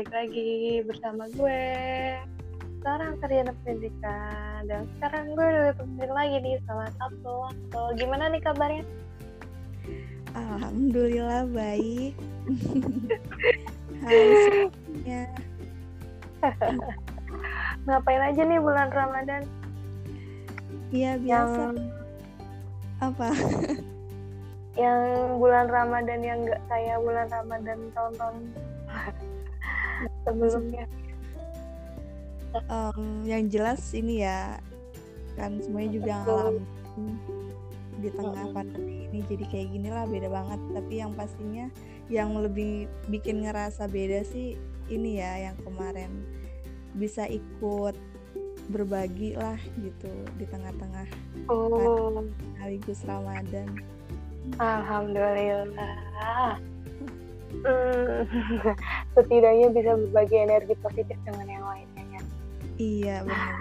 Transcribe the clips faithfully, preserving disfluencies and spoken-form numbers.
balik lagi bersama gue seorang sarjana pendidikan. Dan sekarang gue udah temenin lagi nih sama satu waktu. Gimana nih kabarnya? Alhamdulillah baik. Hai semuanya. Ngapain aja nih bulan Ramadan? Iya biasa. Yang Apa? yang bulan Ramadan yang nggak kayak bulan Ramadan tahun-tahun sebelumnya. Um, yang jelas ini ya kan semuanya juga ngalamin di tengah pandemi ini jadi kayak gini lah, beda banget. Tapi yang pastinya yang lebih bikin ngerasa beda sih ini ya, yang kemarin bisa ikut berbagi lah gitu di tengah-tengah Oh, sekaligus Ramadan. Alhamdulillah. Hmm, setidaknya bisa berbagi energi positif dengan yang lainnya ya. Iya benar.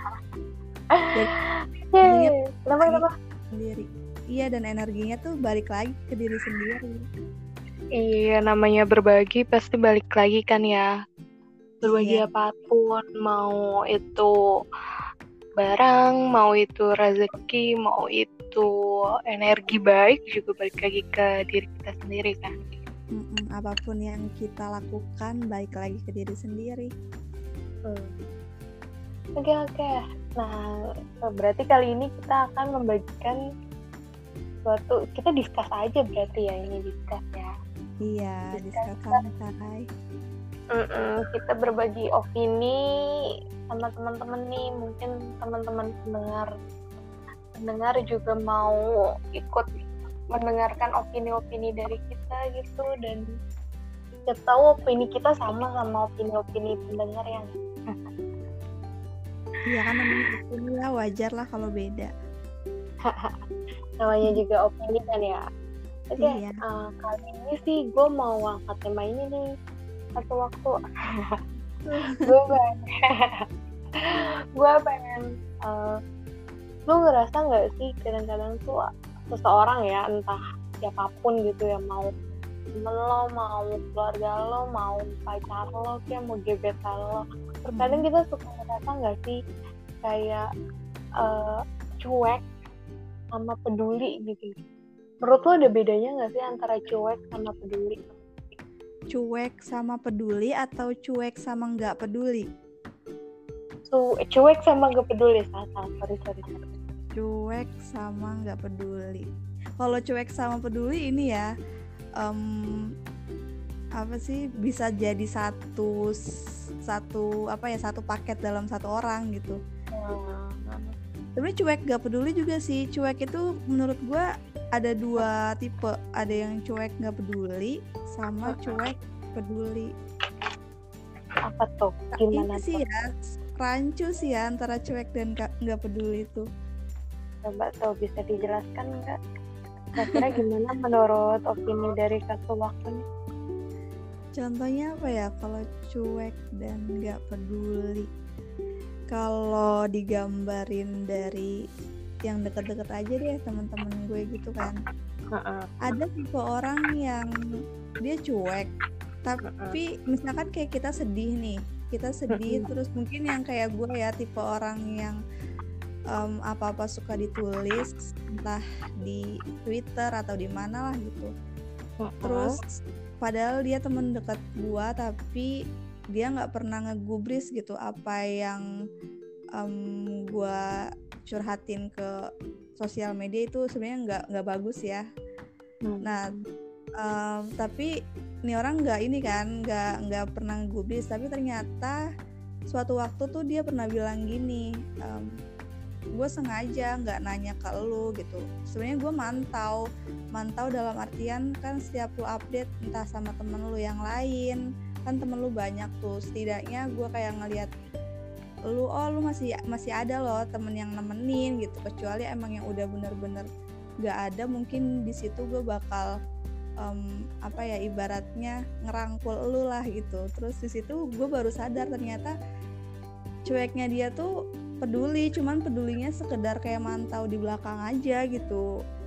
Yeay, kenapa kenapa? Sendiri. Iya, dan energinya tuh balik lagi ke diri sendiri. Iya, namanya berbagi pasti balik lagi kan ya. Berbagi Iya. apapun, mau itu barang, mau itu rezeki, mau itu energi baik, juga balik lagi ke diri kita sendiri kan. Mm-mm, apapun yang kita lakukan balik lagi ke diri sendiri. Hmm. Oke oke. Nah, berarti kali ini kita akan membagikan suatu, kita discuss aja berarti ya, ini discuss ya. Iya, Discuss. discuss santai. Mm-mm, kita berbagi opini sama teman-teman nih, mungkin teman-teman pendengar pendengar juga mau ikut mendengarkan opini-opini dari kita gitu, dan kita tahu opini kita sama sama opini-opini pendengar yang Iya kan, namanya opini ya, wajar lah kalau beda. namanya juga opini kan ya. Oke, okay, iya. uh, kali ini sih gue mau angkat tema ini nih, satu waktu. gue pengen, gue pengen, uh, lu ngerasa nggak sih kadang-kadang tuh seseorang ya, entah siapapun gitu ya, mau temen lo, mau keluarga lo, mau pacar lo, kayak mau gebetan lo, terkadang kita suka ngerasa nggak sih kayak uh, cuek sama peduli gitu. Menurut lo ada bedanya nggak sih antara cuek sama peduli? Cuek sama peduli atau cuek sama nggak peduli? So, cuek sama nggak peduli, salah, sorry sorry. Cuek sama nggak peduli. Kalau cuek sama peduli ini ya, um, apa sih, bisa jadi satu satu apa ya satu paket dalam satu orang gitu. Hmm. Sebenarnya cuek gak peduli juga sih. Cuek itu menurut gue ada dua tipe. Ada yang cuek gak peduli sama cuek peduli. Apa tuh? Gimana ini tuh? sih ya, rancu sih ya antara cuek dan gak, gak peduli itu. Coba tuh bisa dijelaskan nggak? Kira-kira gimana menurut opini dari satu waktu nih? Contohnya apa ya kalau cuek dan gak peduli? Kalau digambarin dari yang deket-deket aja deh, teman-teman gue gitu kan. Uh-uh. Ada tipe orang yang dia cuek, tapi uh-uh. misalkan kayak kita sedih nih, kita sedih uh-uh. terus mungkin yang kayak gue ya, tipe orang yang um, apa-apa suka ditulis, entah di Twitter atau di mana lah gitu. Uh-uh. Terus padahal dia teman dekat gue, tapi dia nggak pernah ngegubris gitu apa yang um, gue curhatin ke sosial media itu sebenarnya nggak nggak bagus ya. Hmm. Nah um, tapi ini orang nggak ini kan nggak nggak pernah ngegubris, tapi ternyata suatu waktu tuh dia pernah bilang gini, um, gue sengaja nggak nanya ke lu gitu. Sebenarnya gue mantau mantau dalam artian kan setiap lu update entah sama temen lu yang lain, kan temen lu banyak tuh, setidaknya gue kayak ngelihat lu, oh lu masih masih ada loh temen yang nemenin gitu. Kecuali emang yang udah bener-bener gak ada, mungkin di situ gue bakal um, apa ya ibaratnya ngerangkul lu lah gitu. Terus di situ gue baru sadar ternyata cueknya dia tuh peduli, cuman pedulinya sekedar kayak mantau di belakang aja gitu.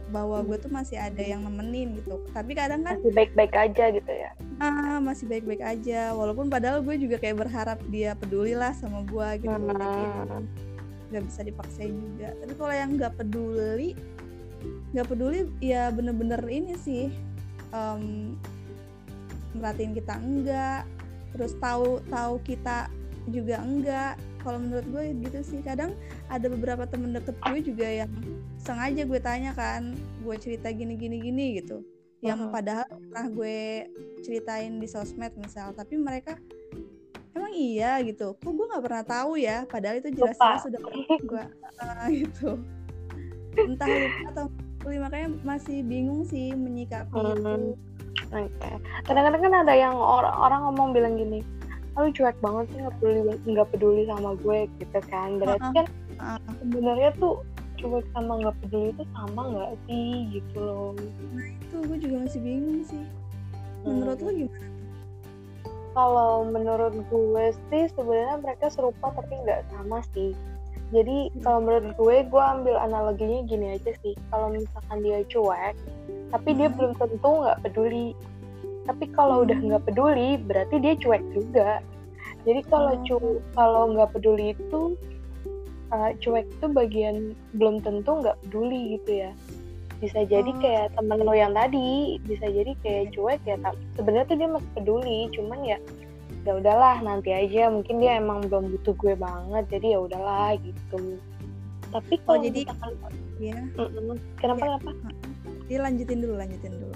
bahwa gue tuh masih ada yang nemenin gitu. Tapi kadang kan masih baik-baik aja gitu ya. ah masih baik-baik aja, walaupun padahal gue juga kayak berharap dia peduli lah sama gue gitu. Hmm. Tapi nggak bisa dipaksain juga. Tapi kalau yang nggak peduli nggak peduli ya bener-bener ini sih, um, merhatiin kita enggak, terus tahu tahu kita juga enggak. Kalau menurut gue gitu sih. Kadang ada beberapa temen deket gue juga yang sengaja gue tanya kan, gue cerita gini-gini gini gitu, yang Uh-huh. padahal pernah gue ceritain di sosmed misal, tapi mereka emang iya gitu, kok gue nggak pernah tahu ya, padahal itu jelas-jelas sudah gue uh, gitu. Entah lupa atau peduli, makanya masih bingung sih menyikapi Hmm. itu. Oke. Okay. Kadang-kadang kan ada yang orang orang ngomong bilang gini, lu cuek banget sih, nggak peduli nggak peduli sama gue gitu kan. Berarti Uh-uh. kan Uh-uh. sebenarnya tuh cuek sama nggak peduli itu sama nggak sih gitu loh. Nah itu gue juga masih bingung sih. Menurut Hmm. lo gimana? Kalau menurut gue sih sebenarnya mereka serupa tapi nggak sama sih. Jadi kalau menurut gue, gue ambil analoginya gini aja sih. Kalau misalkan dia cuek, tapi dia Hmm. belum tentu nggak peduli. Tapi kalau udah nggak peduli, berarti dia cuek juga. Jadi kalau Oh. cu- kalau nggak peduli itu, uh, cuek itu bagian belum tentu nggak peduli gitu ya. Bisa jadi Oh. kayak temen lo yang tadi, bisa jadi kayak cuek ya. ta- Sebenarnya tuh dia masih peduli, cuman ya ya udahlah nanti aja. Mungkin dia emang belum butuh gue banget, jadi ya udahlah gitu. Tapi Oh kalau jadi misalkan, ya. Mm-mm. kenapa Ya. kenapa? Dia lanjutin dulu, lanjutin dulu.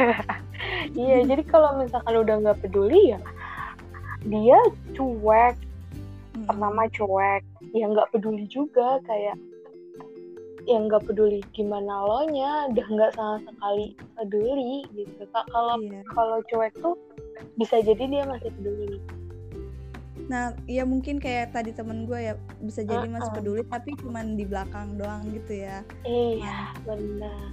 Iya, jadi kalau misalkan udah nggak peduli ya, dia cuek. Mm-mm. Pertama cuek, ya nggak peduli juga, kayak yang nggak peduli gimana lo nya, udah nggak sama sekali peduli gitu. Kak, kalau Iya. kalau cuek tuh bisa jadi dia masih peduli. Nah, ya mungkin kayak tadi temen gue ya, bisa jadi masih Uh-uh. peduli tapi cuman di belakang doang gitu ya. Iya, benar.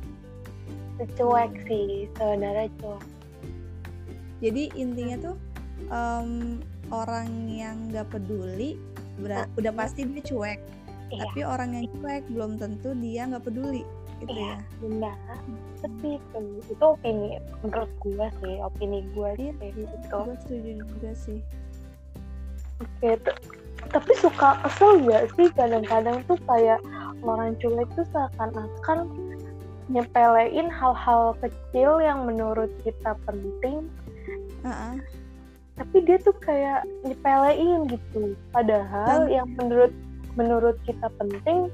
Cuek sih, sebenarnya cuek. Jadi intinya tuh um, orang yang nggak peduli ber- Uh-uh. udah pasti dia cuek. Iya. Tapi orang yang cuek belum tentu dia nggak peduli gitu Iya, ya. benar. Seperti itu. Itu opini menurut gue sih, opini gue Iya, sih gitu. gue setuju juga sih. Oke, t- tapi suka kesel gak sih kadang-kadang tuh kayak orang cuek tuh seakan-akan nyepelein hal-hal kecil yang menurut kita penting, Uh-uh. tapi dia tuh kayak nyepelein gitu. Padahal Dan- yang menurut menurut kita penting,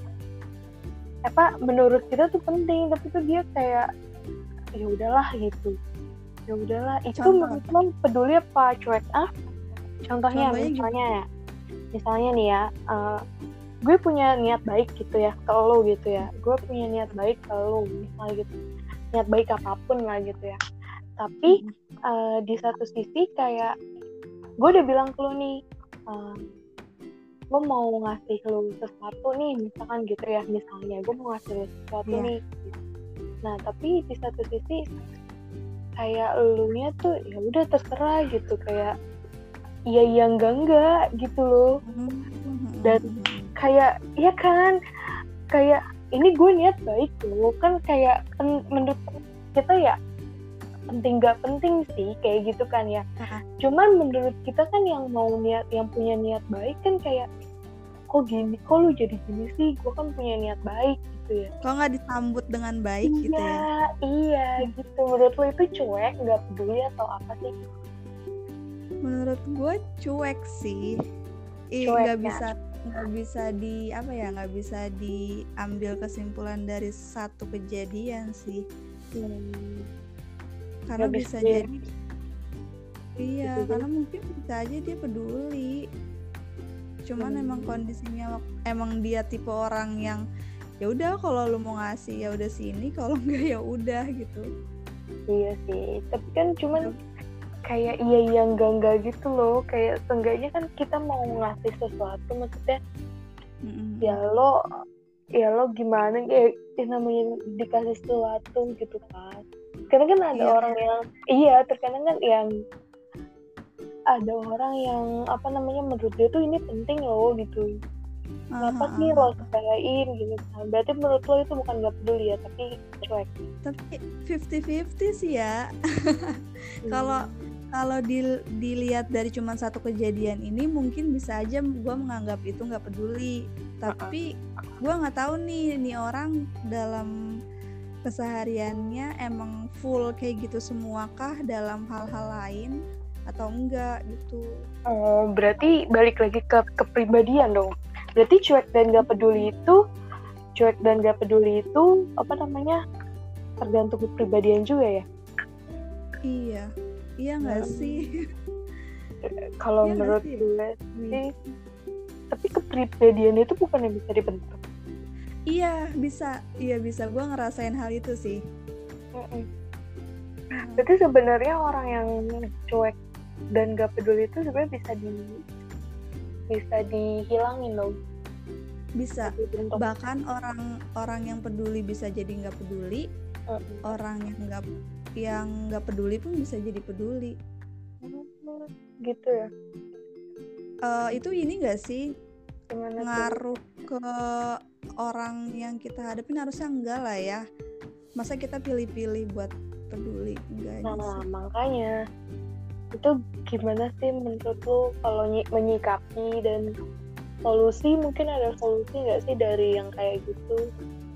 apa menurut kita tuh penting, tapi tuh dia kayak ya udahlah gitu. Ya udahlah, itu Contoh. menurut lo peduli apa cuek? Ah, contohnya, Contohnya misalnya ya, misalnya nih ya, uh, gue punya niat baik gitu ya ke lo gitu ya, gue punya niat baik ke lo misalnya gitu, niat baik apapun lah gitu ya. Tapi uh, di satu sisi kayak gue udah bilang ke lo nih, uh, gue mau ngasih lo sesuatu nih misalkan gitu ya, misalnya gue mau ngasih lo sesuatu Iya. nih. Nah tapi di satu sisi kayak lu nya tuh ya udah terserah gitu, kayak iya iya enggak enggak gitu loh. Dan kayak ya kan, kayak ini gue niat baik loh kan, kayak pen, menurut kita ya penting gak penting sih kayak gitu kan ya. Uh-huh. Cuman menurut kita kan yang mau niat, yang punya niat baik kan kayak kok gini, kok lu jadi gini sih, gue kan punya niat baik gitu ya. Kok nggak disambut dengan baik iya, gitu ya? Iya gitu. Menurut lo itu cuek, nggak peduli atau apa sih? Menurut gue cuek sih. Ih, Cuek, nggak ya? bisa nggak bisa di apa ya nggak bisa diambil kesimpulan dari satu kejadian sih. Hmm. Karena Nggak bisa bisa ya? jadi iya, Bisa karena mungkin bisa aja dia peduli. Cuman Hmm. emang kondisinya wak- emang dia tipe orang yang ya udah kalau lu mau ngasih ya udah sini, kalau enggak ya udah gitu. Iya sih, tapi kan cuman kayak iya iya enggak enggak gitu loh, kayak seenggaknya kan kita mau ngasih sesuatu, maksudnya Mm-mm. ya lo ya lo gimana ya, ya namanya dikasih sesuatu gitu kan. Karena kan ada Iya. orang yang iya terkadang kan yang ada orang yang apa namanya menurut dia tuh ini penting loh gitu, Kenapa Aha, sih aha. lo sepelein gitu kan? Berarti menurut lo itu bukan nggak peduli ya, tapi cuek. Tapi fifty-fifty sih ya. Kalau Hmm. kalau dil- dilihat dari cuma satu kejadian ini mungkin bisa aja gue menganggap itu nggak peduli. Tapi gue nggak tahu nih nih orang dalam kesehariannya emang full kayak gitu semua kah dalam hal-hal lain atau enggak gitu. Oh, berarti balik lagi ke kepribadian dong. Berarti cuek dan gak peduli itu, cuek dan gak peduli itu apa namanya, tergantung kepribadian juga ya. Iya, iya nggak Hmm. sih? Kalau Iya nggak menurut sih? gue sih, tapi kepribadian itu bukan yang bisa dibentuk. Iya bisa, iya bisa. Gue ngerasain hal itu sih. Mm-mm. Hmm. Berarti sebenarnya orang yang cuek dan gak peduli itu sebenarnya bisa di bisa dihilangin dong. Bisa. Bisa dibentuk. Bahkan orang orang yang peduli bisa jadi nggak peduli. Mm-mm. Orang yang nggak yang nggak peduli pun bisa jadi peduli. Hmm, gitu ya. Uh, itu ini nggak sih Gimana tuh? ngaruh ke orang yang kita hadapin? Harusnya enggak lah ya. Masa kita pilih-pilih buat peduli? Enggak aja Nah, sih. makanya itu gimana sih menurut lu kalau ny- menyikapi dan solusi, mungkin ada solusi nggak sih dari yang kayak gitu?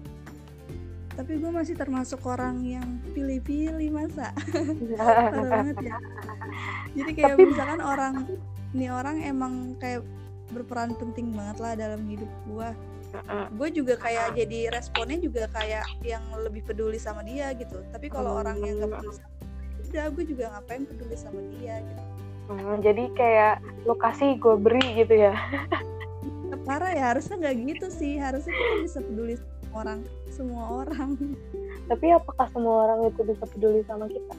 Tapi gue masih termasuk orang yang pilih-pilih masa. Parah banget ya. Jadi kayak Tapi- misalkan orang nih orang emang kayak berperan penting banget lah dalam hidup gue. Gue juga kayak jadi responnya juga kayak yang lebih peduli sama dia gitu. Tapi kalau Hmm. orang yang gak peduli sama dia, udah gue juga ngapain peduli sama dia gitu. Hmm, jadi kayak lokasi gue beri gitu ya. Parah ya, harusnya nggak gitu sih. Harusnya kita bisa peduli sama orang, semua orang. Tapi apakah semua orang itu bisa peduli sama kita?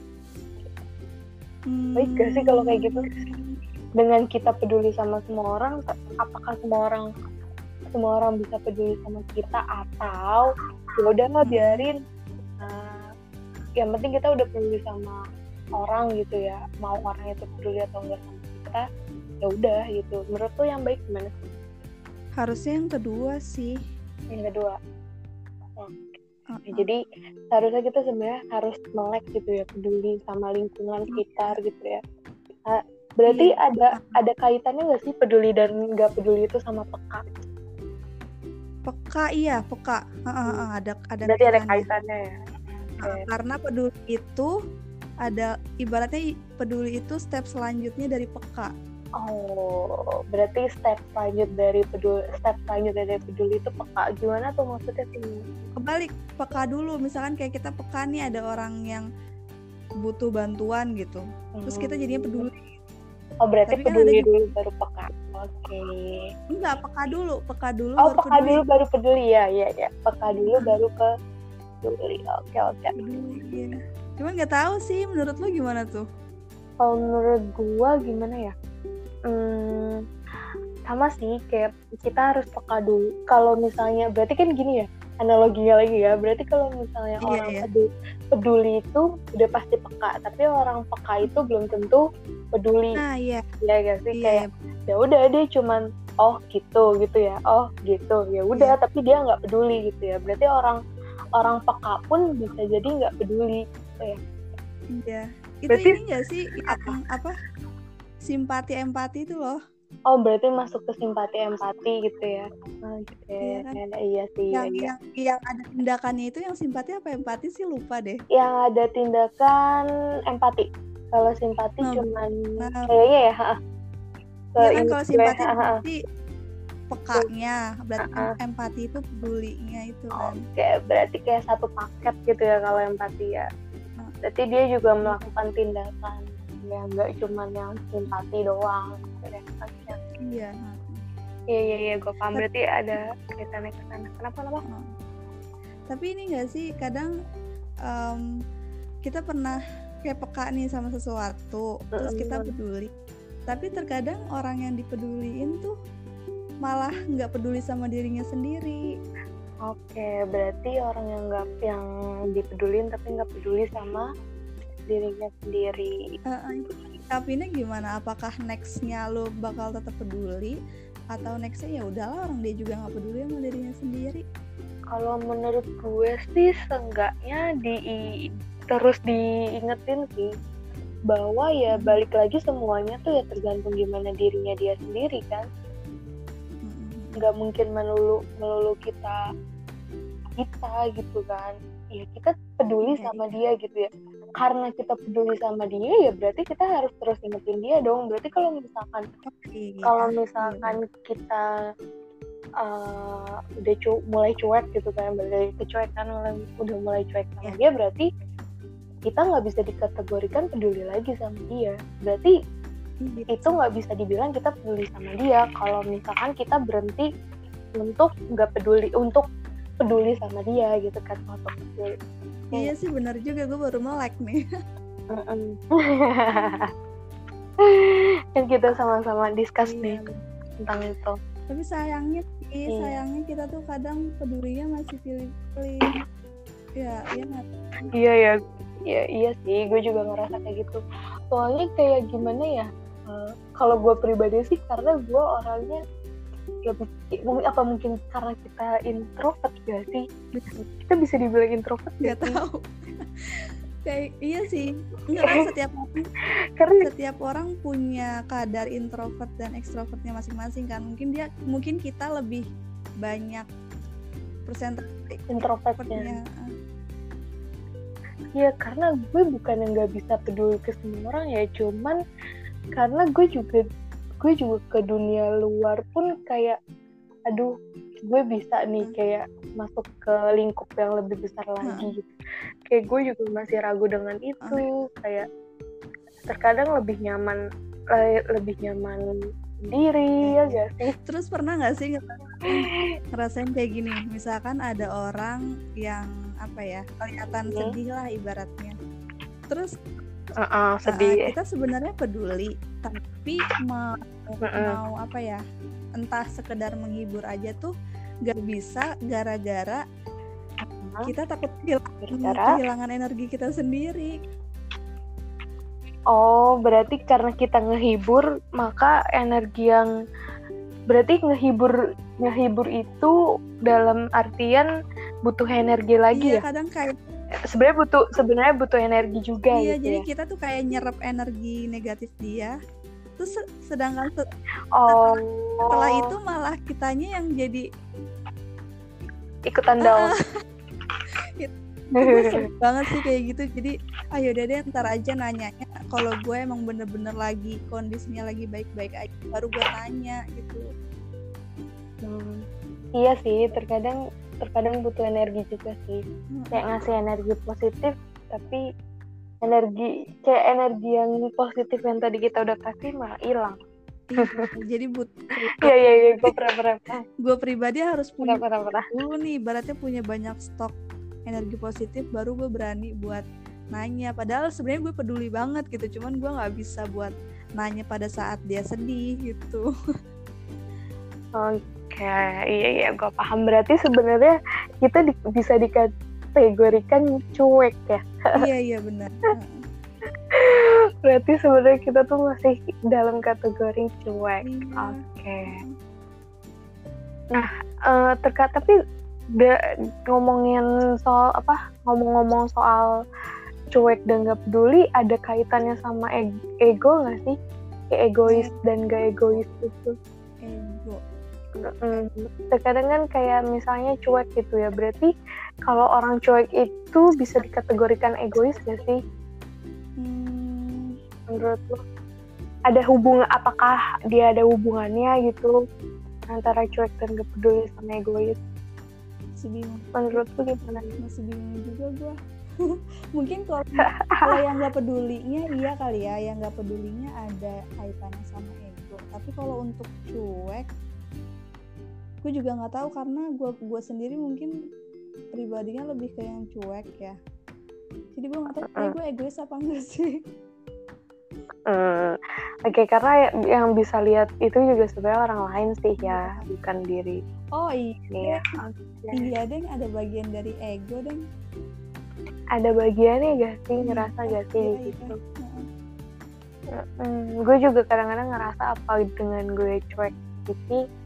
Hmm. Baik gak sih kalau kayak gitu? Dengan kita peduli sama semua orang, apakah semua orang semua orang bisa peduli sama kita, atau ya udah nggak biarin, uh, yang penting kita udah peduli sama orang gitu ya, mau orang itu peduli atau enggak sama kita, ya udah gitu. Menurut lo yang baik gimana? Harusnya yang kedua sih. Yang kedua. Hmm. Uh-uh. Nah, jadi seharusnya kita sebenarnya harus melek gitu ya, peduli sama lingkungan sekitar gitu ya. Nah, berarti Iya. ada ada kaitannya nggak sih peduli dan nggak peduli itu sama peka? Peka iya, peka. Uh, uh, uh, ada ada Berarti ada kaitannya. kaitannya ya. Uh, Okay. karena peduli itu ada ibaratnya peduli itu step selanjutnya dari peka. Oh, berarti step selanjut dari peduli, step selanjutnya dari peduli itu peka. Gimana tuh maksudnya sih? Kebalik, peka dulu. Misalkan kayak kita peka nih ada orang yang butuh bantuan gitu. Terus kita jadinya peduli. Oh, berarti Tapi kan peduli ada juga- dulu baru peka. Oke. Okay. Enggak, peka dulu, peka dulu Oh, baru peka peduli. dulu baru peduli ya, ya, ya. Peka dulu baru ke peduli. Oke, oke. Peduli, iya. Cuman nggak tahu sih, menurut lu gimana tuh? Kalau menurut gua gimana ya? Hmm, sama sih, kayak kita harus peka dulu. Kalau misalnya, berarti kan gini ya, analoginya lagi ya. Berarti kalau misalnya Iya, orang iya. peduli, peduli itu udah pasti peka, tapi orang peka itu belum tentu peduli. Nah, iya. Ya gak sih, Iya, kayak ya udah dia cuman oh gitu gitu ya, oh gitu ya udah, Iya. tapi dia nggak peduli gitu ya. Berarti orang orang peka pun bisa jadi nggak peduli gitu ya. Iya. Itu Berarti- ini nggak sih yang apa? Simpati empati itu loh. Oh, berarti masuk ke simpati empati gitu ya. Oke, Iya kan? iya sih, iya, Yang iya. yang yang ada tindakannya itu yang simpati apa empati sih lupa deh. Yang ada tindakan empati. Kalau simpati Hmm. cuman Nah, kayaknya ya, ha, ke iya kan ini kalau gue, simpati ha, ha, ha. berarti pekanya, berarti Uh-uh. empati itu pedulinya itu kan. Oke, berarti kayak satu paket gitu ya kalau empati ya. Hmm. Berarti dia juga melakukan tindakan ya, nggak cuman yang simpati doang gitu ya. Oke. Iya. Iya, iya, iya, gue paham. Berarti ada kaitannya ke sana. Kenapa, kenapa? Hmm. Tapi ini nggak sih kadang em, kita pernah kayak peka nih sama sesuatu, terus kita Mm-mm. peduli. Tapi terkadang orang yang dipeduliin tuh malah nggak peduli sama dirinya sendiri. Oke, berarti orang yang nggak yang dipedulin tapi nggak peduli sama dirinya sendiri. Uh, tapi ini gimana? Apakah nextnya lo bakal tetap peduli atau nextnya ya udahlah orang dia juga nggak peduli sama dirinya sendiri. Kalau menurut gue sih seenggaknya di terus diingetin sih bahwa ya Hmm. balik lagi semuanya tuh ya tergantung gimana dirinya dia sendiri kan. Mm-mm. Nggak mungkin melulu melulu kita kita gitu kan. Ya kita peduli Iya, sama iya. dia gitu ya. Karena kita peduli sama dia ya berarti kita harus terus ingetin dia dong. Berarti kalau misalkan Oh, iya, kalau iya misalkan benar. kita uh, udah cu- mulai cuek gitu kan, berarti kecuekan mulai udah mulai cuek sama Ya. dia, berarti kita nggak bisa dikategorikan peduli lagi sama dia. Berarti Iya. itu nggak bisa dibilang kita peduli sama dia kalau misalkan kita berhenti untuk nggak peduli untuk peduli sama dia gitu kan, untuk peduli. Iya sih benar juga, gue baru melek nih. Kan kita sama-sama discuss Iya, nih bener. tentang itu. Tapi sayangnya sih, Iya. sayangnya kita tuh kadang pedulinya masih pilih-pilih. Ya, iya nggak? Iya ya, iya iya sih, gue juga ngerasa kayak gitu. Soalnya kayak gimana ya? Uh, kalau gue pribadi sih karena gue orangnya lebih, apa mungkin karena kita introvert gak sih? Kita bisa dibilang introvert Nggak gak sih? tahu. Kayak iya sih, nggak kan setiap orang Karena setiap orang punya kadar introvert dan extrovertnya masing-masing kan. Mungkin dia mungkin kita lebih banyak persentase introvertnya. introvertnya. Iya, karena gue bukan yang nggak bisa peduli ke semua orang ya, cuman karena gue juga gue juga ke dunia luar pun kayak, aduh, gue bisa nih kayak masuk ke lingkup yang lebih besar lagi gitu. Kayak gue juga masih ragu dengan itu, kayak terkadang lebih nyaman lebih nyaman sendiri ya gak sih? Terus pernah nggak sih ngerasain kayak gini, misalkan ada orang yang apa ya kelihatan hmm. sedih lah ibaratnya, terus uh-uh, sedih. Uh, kita sebenarnya peduli tapi mau uh-uh. mau apa ya, entah sekedar menghibur aja tuh nggak bisa gara-gara uh-huh. kita takut kehilangan, kehilangan energi kita sendiri. Oh, berarti karena kita ngehibur maka energi yang berarti ngehibur ngehibur itu dalam artian butuh energi lagi. Iya, ya? Kadang kayak sebenarnya butuh sebenarnya butuh energi juga. Iya, gitu jadi ya? kita tuh kayak nyerap energi negatif dia. Terus sedangkan se- oh. setelah, setelah itu malah kitanya yang jadi ikutan down. Gue sering banget sih kayak gitu. Jadi ayo deh deh ntar aja nanyanya kalau gue emang bener-bener lagi kondisinya lagi baik-baik aja baru gue tanya gitu. Hmm. Iya sih, terkadang terkadang butuh energi juga sih. Hmm. Kayak ngasih energi positif, tapi energi kayak energi yang positif yang tadi kita udah kasih malah hilang. Jadi butuh. Iya iya iya, gue pernah pernah. Gue pribadi harus punya pernah pernah. dulu nih, ibaratnya punya banyak stok energi positif baru gue berani buat nanya. Padahal sebenarnya gue peduli banget gitu, cuman gue nggak bisa buat nanya pada saat dia sedih gitu. Oke, okay. iya iya, gue paham. Berarti sebenarnya kita di, bisa dikategorikan cuek ya? Iya iya benar. Berarti sebenarnya kita tuh masih dalam kategori cuek. Iya. Oke. Okay. Nah, uh, terkait tapi Da, ngomongin soal apa ngomong-ngomong soal cuek dan gak peduli, ada kaitannya sama e- ego nggak sih? Kayak egois yeah. dan gak egois itu. Ego. Hmm. Terkadang kan kayak misalnya cuek gitu ya, berarti kalau orang cuek itu bisa dikategorikan egois gak sih? Hmm. Menurut lo? Ada hubungan, apakah dia ada hubungannya gitu antara cuek dan gak peduli sama egois? Masih bingung. Menurut lu gimana? Masih bingung juga gue. Mungkin kalau kalau yang nggak pedulinya iya kali ya, yang nggak pedulinya ada kaitannya sama ego. Tapi kalau untuk cuek, gue juga nggak tahu karena gue gue sendiri mungkin pribadinya lebih ke yang cuek ya. Jadi gue nggak tahu uh-uh. gue egois apa enggak sih. Hmm, Oke, okay, karena yang bisa lihat itu juga sebenarnya orang lain sih ya, bukan diri. Oh iya, iya, okay. Iya deng, ada bagian dari ego deng. Ada bagiannya gak sih, hmm. ngerasa gak sih iya, gitu. Iya. Hmm, gue juga kadang-kadang ngerasa apa dengan gue cuek gitu,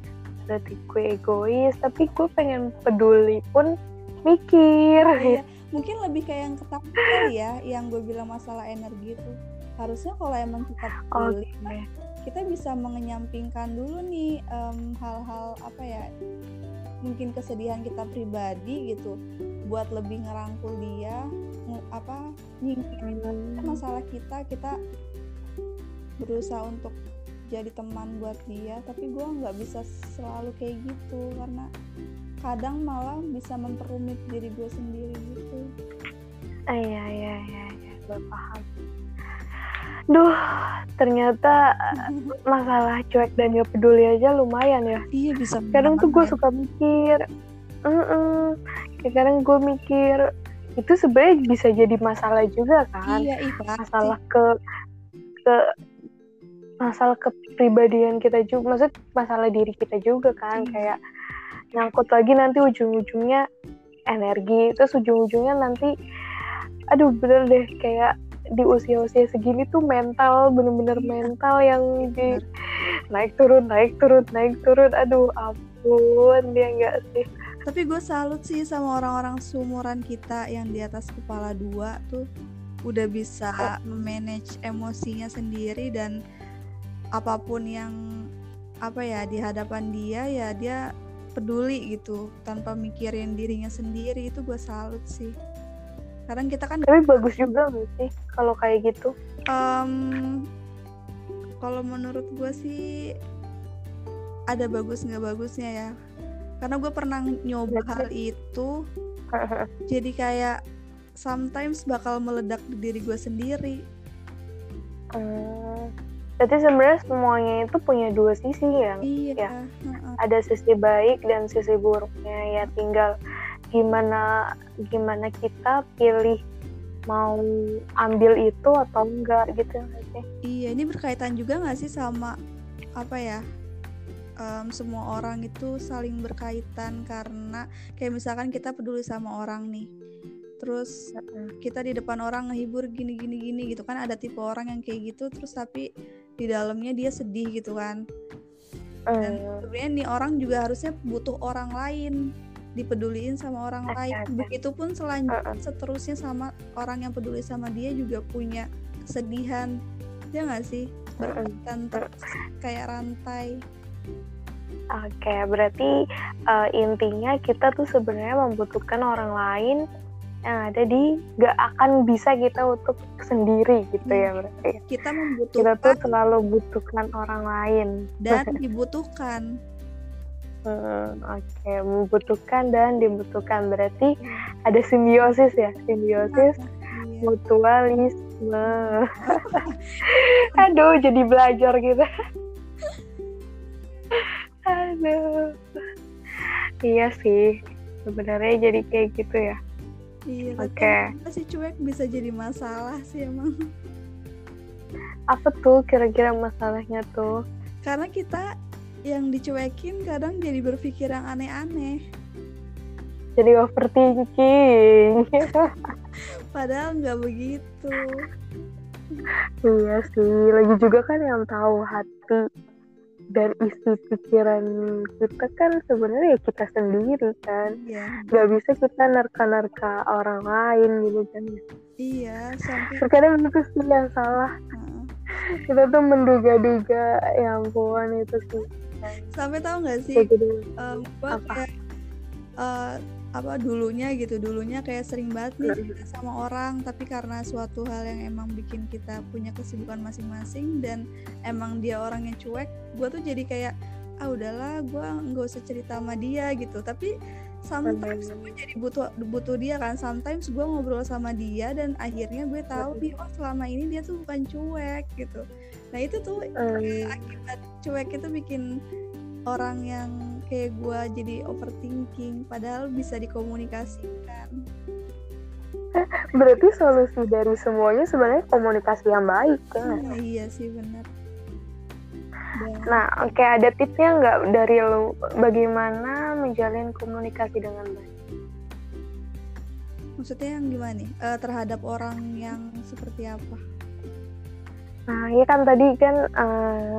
berarti gue egois, tapi gue pengen peduli pun mikir. Iya, mungkin lebih kayak yang ketahui kali ya, yang gue bilang masalah energi itu. Harusnya kalau emang kita peduli, okay. kita bisa mengenyampingkan dulu nih um, hal-hal apa ya, mungkin kesedihan kita pribadi gitu, buat lebih ngerangkul dia, ng- apa nyingkirin Hmm. masalah kita, kita berusaha untuk jadi teman buat dia, tapi gue nggak bisa selalu kayak gitu karena kadang malah bisa memperumit diri gue sendiri gitu. Ah, iya iya iya iya, gue paham. Duh, ternyata masalah cuek dan gak peduli aja lumayan ya. Iya, bisa. Kadang tuh gue banget. suka mikir, mm kayak kadang gue mikir itu sebenarnya bisa jadi masalah juga kan. Iya, ih, pasti. Masalah ke ke masalah kepribadian kita juga, maksud masalah diri kita juga kan. Iya. Kayak nyangkut lagi nanti ujung-ujungnya energi, terus ujung-ujungnya nanti aduh bener deh, kayak di usia-usia segini tuh mental, bener-bener Iya. mental yang di naik turun naik turun naik turun, aduh ampun, dia enggak sih. Tapi gue salut sih sama orang-orang seumuran kita yang di atas kepala dua tuh udah bisa memanage emosinya sendiri, dan apapun yang apa ya di hadapan dia ya dia peduli gitu tanpa mikirin dirinya sendiri. Itu gue salut sih. Kadang kita kan, tapi bagus juga nggak sih kalau kayak gitu? um, kalau menurut gue sih ada bagus nggak bagusnya ya, karena gue pernah nyoba hal itu. Jadi kayak sometimes bakal meledak di diri gue sendiri. Hmm, berarti sebenarnya semuanya itu punya dua sisi ya. Iya. Ya. Uh-uh. Ada sisi baik dan sisi buruknya, ya tinggal gimana gimana kita pilih mau ambil itu atau enggak gitu sih. Iya, ini berkaitan juga nggak sih sama apa ya? Um, semua orang itu saling berkaitan, karena kayak misalkan kita peduli sama orang nih, terus kita di depan orang ngehibur gini gini gini gitu kan, ada tipe orang yang kayak gitu, terus tapi di dalamnya dia sedih gitu kan. Dan Hmm. sebenarnya nih orang juga harusnya butuh orang lain, dipeduliin sama orang Oke, lain. oke. Begitupun selanjutnya Uh-uh. seterusnya sama orang yang peduli sama dia juga punya kesedihan, ya nggak sih? Berkaitan terus kayak rantai. Oke, berarti uh, intinya kita tuh sebenarnya membutuhkan orang lain yang ada di gak akan bisa kita untuk sendiri gitu Hmm. ya berarti. Kita Kita membutuhkan tuh selalu butuhkan orang lain. dan dibutuhkan. Hmm, Oke, membutuhkan dan dibutuhkan, berarti ada simbiosis ya, simbiosis Iya. mutualisme. Aduh, jadi belajar gitu. Aduh. Iya sih, sebenarnya jadi kayak gitu ya. Iya, tapi Oke. kenapa sih cuek bisa jadi masalah sih emang? Apa tuh kira-kira masalahnya tuh? Karena kita yang dicuekin kadang jadi berpikir yang aneh-aneh. Jadi overthinking. Padahal nggak begitu. Iya sih, lagi juga kan yang tahu hati dan isi pikiran kita kan sebenarnya ya kita sendiri kan. Iya. Gak bisa kita nerka-nerka orang lain gitu kan. Iya, sampai Terkadang itu sih yang salah. uh, Kita tuh menduga-duga, ya ampun itu sih. sampai tahu nggak sih? Kayak gitu. Um, gue Apa? kayak uh, apa dulunya gitu, dulunya kayak sering banget nih cerita sama orang, tapi karena suatu hal yang emang bikin kita punya kesibukan masing-masing dan emang dia orangnya cuek, gue tuh jadi kayak ah udahlah gue nggak usah cerita sama dia gitu. Tapi sometimes gue jadi butuh butuh dia kan, sometimes gue ngobrol sama dia dan akhirnya gue tahu nih oh selama ini dia tuh bukan cuek gitu. Nah itu tuh Hmm. akibat cuek itu bikin orang yang kayak gue jadi overthinking, padahal bisa dikomunikasikan. Berarti solusi dari semuanya sebenarnya komunikasi yang baik ya. Nah, iya sih benar. Dan Nah, oke, ada tipsnya nggak dari lu bagaimana menjalin komunikasi dengan baik? maksudnya yang gimana nih? Eh, terhadap orang yang seperti apa? Nah, ya kan tadi kan uh,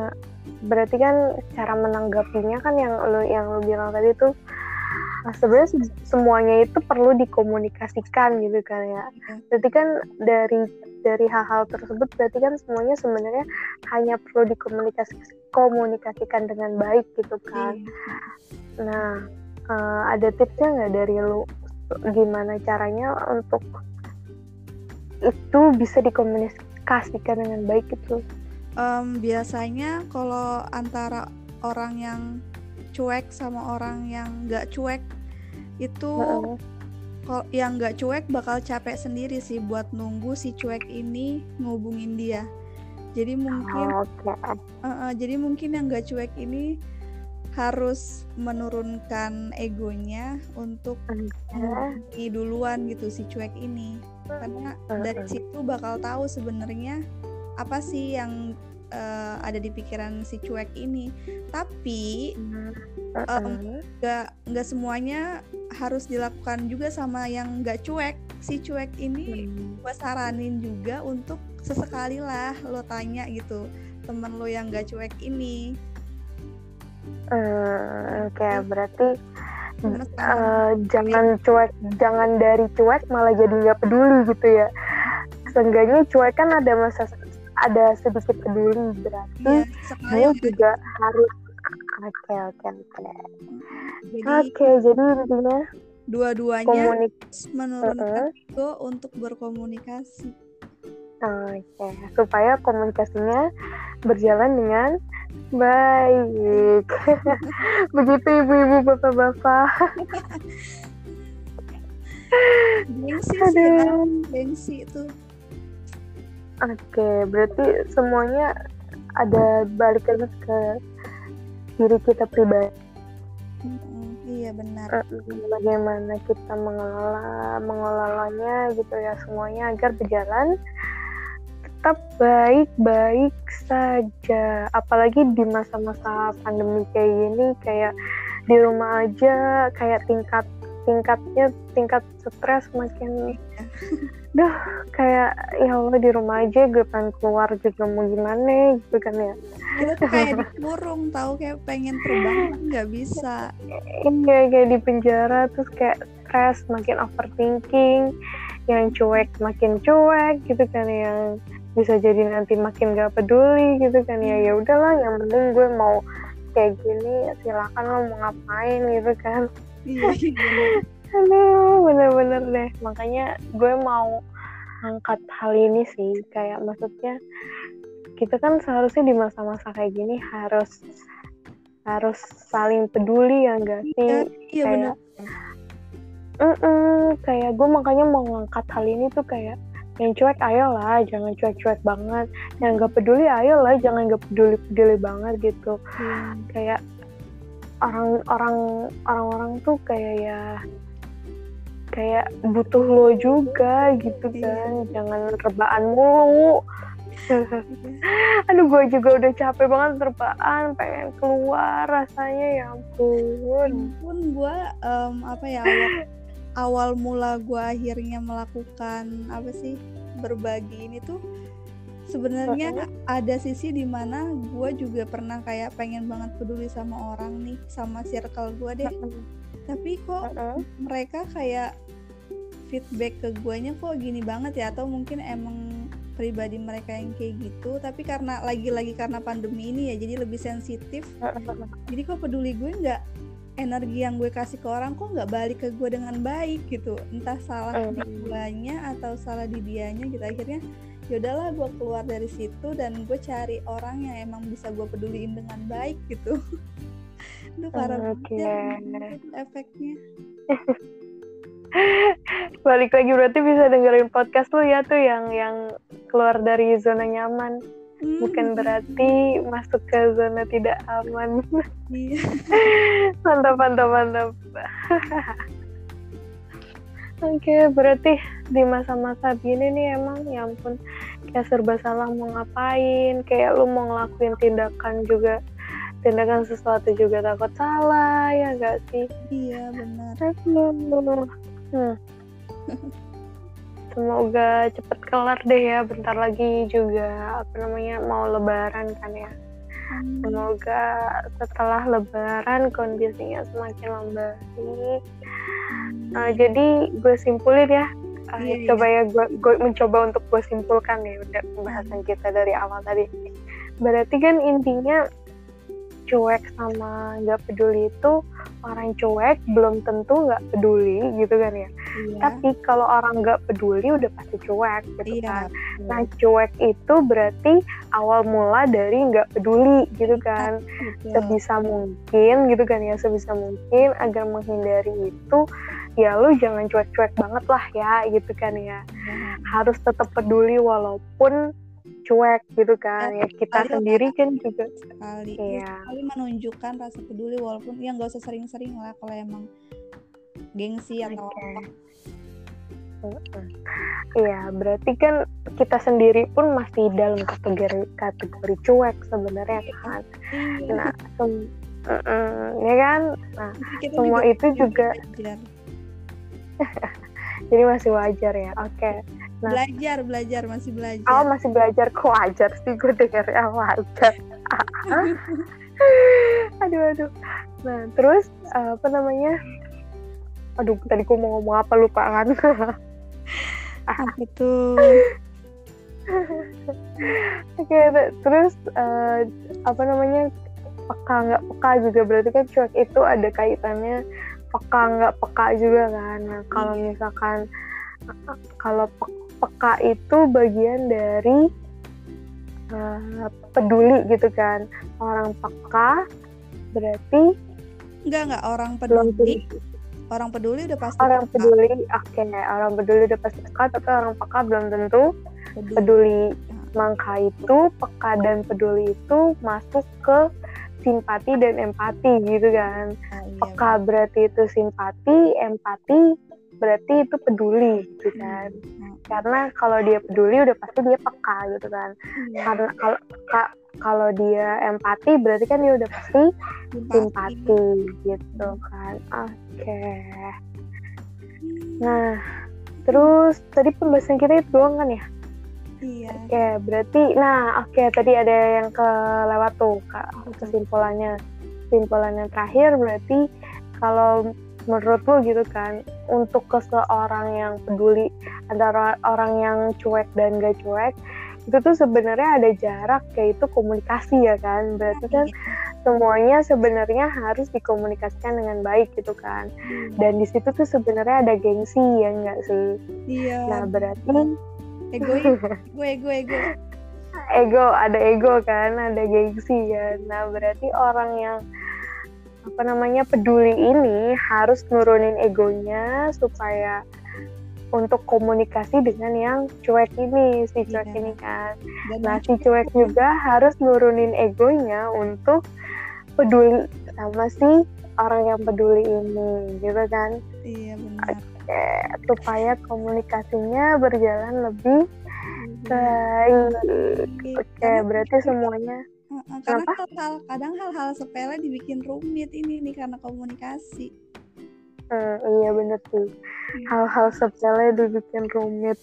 berarti kan cara menanggapinya kan yang lo yang lo bilang tadi tuh, nah, sebenarnya semuanya itu perlu dikomunikasikan gitu kan ya. Berarti kan dari dari hal-hal tersebut berarti kan semuanya sebenarnya hanya perlu dikomunikasikan dengan baik gitu kan. Nah, uh, ada tipsnya nggak dari lo gimana caranya untuk itu bisa dikomunikasikan dengan baik gitu? Um, biasanya kalau antara orang yang cuek sama orang yang nggak cuek itu uh-uh. kalau yang nggak cuek bakal capek sendiri sih buat nunggu si cuek ini ngehubungin dia. Jadi mungkin oh, okay. uh-uh, jadi mungkin yang nggak cuek ini harus menurunkan egonya untuk menghubungi duluan gitu si cuek ini, karena uh-uh. dari situ bakal tahu sebenarnya apa sih yang uh, ada di pikiran si cuek ini. Tapi um, gak, gak semuanya harus dilakukan juga sama yang gak cuek. Si cuek ini gue saranin juga untuk sesekali lah lo tanya gitu temen lo yang gak cuek ini. Hmm, Oke, okay. Berarti uh, jangan cuek, jangan dari cuek malah jadi gak peduli gitu ya. Seenggaknya cuek kan ada masa ada sedikit peduli, berarti ya, dia juga harus oke oke oke oke jadi intinya dua-duanya komunik- menurunkan uh-uh. ego untuk berkomunikasi. Oke, okay. Supaya komunikasinya berjalan dengan baik. Begitu ibu-ibu, bapak-bapak. Gengsi sih ya, gengsi itu. Oke, okay, berarti semuanya ada balik lagi ke diri kita pribadi. Mm-hmm, iya benar. Bagaimana kita mengelola mengelolanya gitu ya, semuanya agar berjalan tetap baik-baik saja. Apalagi di masa-masa pandemi kayak gini, kayak di rumah aja, kayak tingkat tingkatnya tingkat stres makin duh kayak ya Allah di rumah aja gue pengen keluar juga mau gimana gitu kan ya. Kita tuh kayak dikurung tahu, kayak pengen terbang nggak bisa. Iya kayak di penjara terus kayak stres, makin overthinking, yang cuek makin cuek gitu kan, yang bisa jadi nanti makin gak peduli gitu kan ya. Ya udahlah yang penting gue mau kayak gini silakan lo mau ngapain gitu kan. Iya, iya. Aduh, bener-bener deh. Makanya gue mau angkat hal ini sih. Kayak maksudnya kita kan seharusnya di masa-masa kayak gini harus harus saling peduli ya enggak sih? Iya, iya kayak, benar. Kayak gue makanya mau ngangkat hal ini tuh kayak yang cuek ayolah, jangan cuek-cuek banget. Yang gak peduli ayolah, jangan gak peduli-peduli banget gitu. Hmm. Kayak orang-orang orang-orang tuh kayak ya kayak butuh lo juga gitu kan. Iya. Jangan rebaan mulu. Aduh gue juga udah capek banget rebaan, pengen keluar rasanya, ya ampun. Ampun gue um, apa ya awal, awal mula gue akhirnya melakukan apa sih berbagi ini tuh sebenarnya uh-huh. ada sisi dimana gue juga pernah kayak pengen banget peduli sama orang nih, sama circle gue deh. Uh-huh. Tapi kok uh-huh. mereka kayak feedback ke guanya kok gini banget ya, atau mungkin emang pribadi mereka yang kayak gitu. Tapi karena lagi-lagi karena pandemi ini ya, jadi lebih sensitif. Uh-huh. Jadi kok peduli gue nggak, energi yang gue kasih ke orang kok nggak balik ke gue dengan baik gitu. Entah salah uh-huh. di guanya atau salah di dianya gitu. Akhirnya yaudahlah gue keluar dari situ dan gue cari orang yang emang bisa gue peduliin dengan baik gitu. Duh parah okay. banget efeknya. Balik lagi berarti bisa dengerin podcast lu ya tuh yang yang keluar dari zona nyaman. Hmm. Bukan berarti masuk ke zona tidak aman. Iya. Mantap mantap mantap. Oke, okay, berarti di masa-masa gini nih emang ya ampun kayak serba salah mau ngapain, kayak lu mau ngelakuin tindakan juga, tindakan sesuatu juga takut salah, ya gak sih? Iya benar. Hmm. Semoga cepet kelar deh ya, bentar lagi juga apa namanya mau lebaran kan ya. Semoga setelah Lebaran kondisinya semakin membaik. Uh, jadi gue simpulin ya, uh, Iya, iya. coba ya gue, gue mencoba untuk gue simpulkan ya udah pembahasan kita dari awal tadi. Berarti kan intinya cuek sama nggak peduli itu, orang cuek belum tentu nggak peduli gitu kan ya. Iya. Tapi kalau orang nggak peduli udah pasti cuek gitu Iya, kan. betul. Nah cuek itu berarti awal mula dari nggak peduli gitu kan. Betul. Sebisa mungkin gitu kan ya, sebisa mungkin agar menghindari itu ya lu jangan cuek-cuek banget lah ya gitu kan ya. Iya. Harus tetap peduli walaupun cuek gitu kan ya, kita sekali sendiri lah, kan juga sekali Iya. ya, sekali menunjukkan rasa peduli walaupun ya nggak usah sering-sering lah kalau emang gengsi atau Oke. apa. Mm-mm. Iya, berarti kan kita sendiri pun masih dalam kategori kategori cuek sebenarnya kan. Iya. Nah, sem- mm-mm, ya kan. Nah, Tapi kita semua juga itu juga belajar. jadi masih wajar ya. Oke. Nah, belajar belajar masih belajar. oh masih belajar, kok wajar sih gue denger ya wajar. aduh aduh. Nah, terus uh, apa namanya? Aduh, tadi gue mau ngomong apa lupa kan. Apa tuh? Oke, t- terus uh, apa namanya, peka nggak peka juga berarti kan cuek itu ada kaitannya peka nggak peka juga kan. Nah kalau misalkan uh, kalau pe- peka itu bagian dari uh, peduli gitu kan. Orang peka berarti Enggak enggak orang belum peduli. tentu. Orang peduli udah pasti Orang peka. peduli, oke, orang peduli udah pasti peka, tapi orang peka belum tentu Peduli. peduli. Maka itu peka dan peduli itu masuk ke simpati dan empati gitu kan. Oh, iya. Peka berarti itu simpati, empati berarti itu peduli gitu kan. Hmm. Karena kalau dia peduli udah pasti dia peka gitu kan. Iya. Karena kalau ka- kalau dia empati berarti kan dia udah pasti simpati gitu kan. Oke. Nah, terus tadi pembahasan kita itu doang kan ya? Iya. Oke, berarti nah oke tadi ada yang kelewat tuh Kak, kesimpulannya. Kesimpulannya terakhir berarti kalau menurut lu gitu kan, untuk ke seorang yang peduli antara orang yang cuek dan gak cuek, itu tuh sebenarnya ada jarak, yaitu komunikasi ya kan. Berarti kan semuanya sebenarnya harus dikomunikasikan dengan baik gitu kan. Dan di situ tuh sebenarnya ada gengsi ya enggak sih? Iya. Nah, berarti egois, ego ego ego. ego, ada ego kan, ada gengsi ya. Nah, berarti orang yang apa namanya peduli ini harus nurunin egonya supaya untuk komunikasi dengan yang cuek ini, si cuek Iya. ini kan. Dan Nah, si cuek juga harus nurunin egonya untuk peduli sama si orang yang peduli ini, gitu kan. iya benar. Oke, supaya komunikasinya berjalan lebih baik. Oke, Karena- berarti semuanya Uh-uh, karena Kenapa? hal-hal kadang hal-hal sepele dibikin rumit ini nih karena komunikasi. Hmm, iya bener sih. Hal-hal sepele dibikin rumit.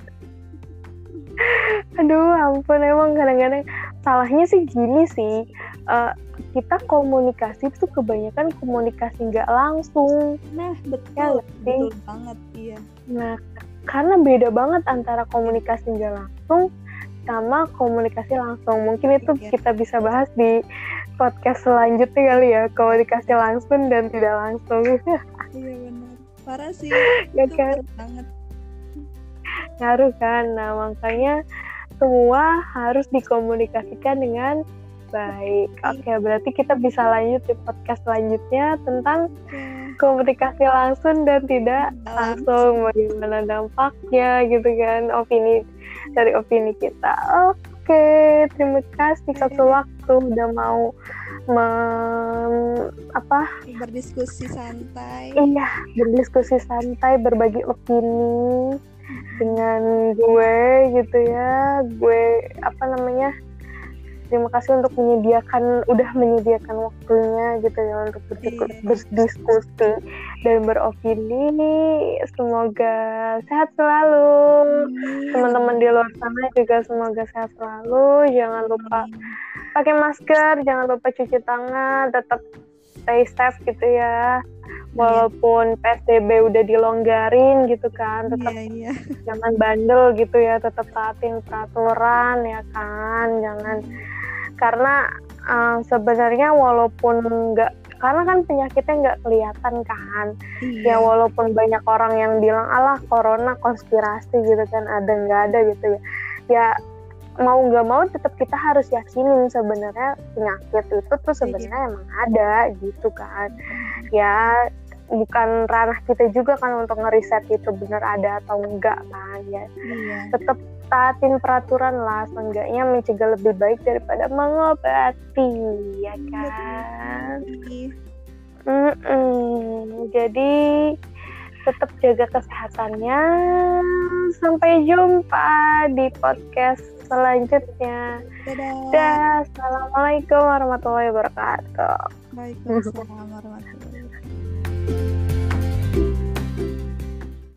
Aduh, ampun, emang kadang-kadang salahnya sih gini sih. Uh, kita komunikasi tuh kebanyakan komunikasi nggak langsung. Nah, Ya betul, nggak sih? betul banget, iya. Nah, karena beda banget antara komunikasi nggak langsung sama komunikasi langsung. Mungkin itu Iya. kita bisa bahas di podcast selanjutnya kali ya, komunikasi langsung dan tidak langsung. Iya benar. Parah sih, Ya itu kan? parah banget. Ngaruh kan. Nah, makanya semua harus dikomunikasikan dengan baik. Oke, berarti kita bisa lanjut di podcast selanjutnya tentang Oke. komunikasi langsung dan tidak Tidak langsung, bagaimana dampaknya gitu kan, opini dari opini kita. Oke, terima kasih satu waktu udah mau mem, apa Berdiskusi santai. iya berdiskusi santai, berbagi opini dengan gue gitu ya, gue apa namanya terima kasih untuk menyediakan udah menyediakan waktunya gitu ya untuk Iya. berdiskusi dan beropini. Semoga sehat selalu. Amin. Teman-teman di luar sana juga semoga sehat selalu. Jangan lupa pakai masker, jangan lupa cuci tangan, tetap stay safe gitu ya. Walaupun P S B B udah dilonggarin gitu kan, tetap Iya, iya. jangan bandel gitu ya, tetap taatin peraturan ya kan, jangan karena uh, sebenarnya walaupun nggak, karena kan penyakitnya nggak kelihatan kan, Iya. ya walaupun banyak orang yang bilang alah corona konspirasi gitu kan, ada nggak ada gitu ya, ya mau nggak mau tetap kita harus yakinin sebenarnya penyakit itu tuh sebenarnya emang ada gitu kan, ya bukan ranah kita juga kan untuk ngeriset itu benar ada atau enggak kan ya, Iya. tetap taatin peraturan lah, seenggaknya mencegah lebih baik daripada mengobati ya kan. Mm-mm. Jadi tetap jaga kesehatannya. Sampai jumpa di podcast selanjutnya. Dadah. Dah, assalamualaikum warahmatullahi wabarakatuh. Waalaikumsalam warahmatullahi wabarakatuh.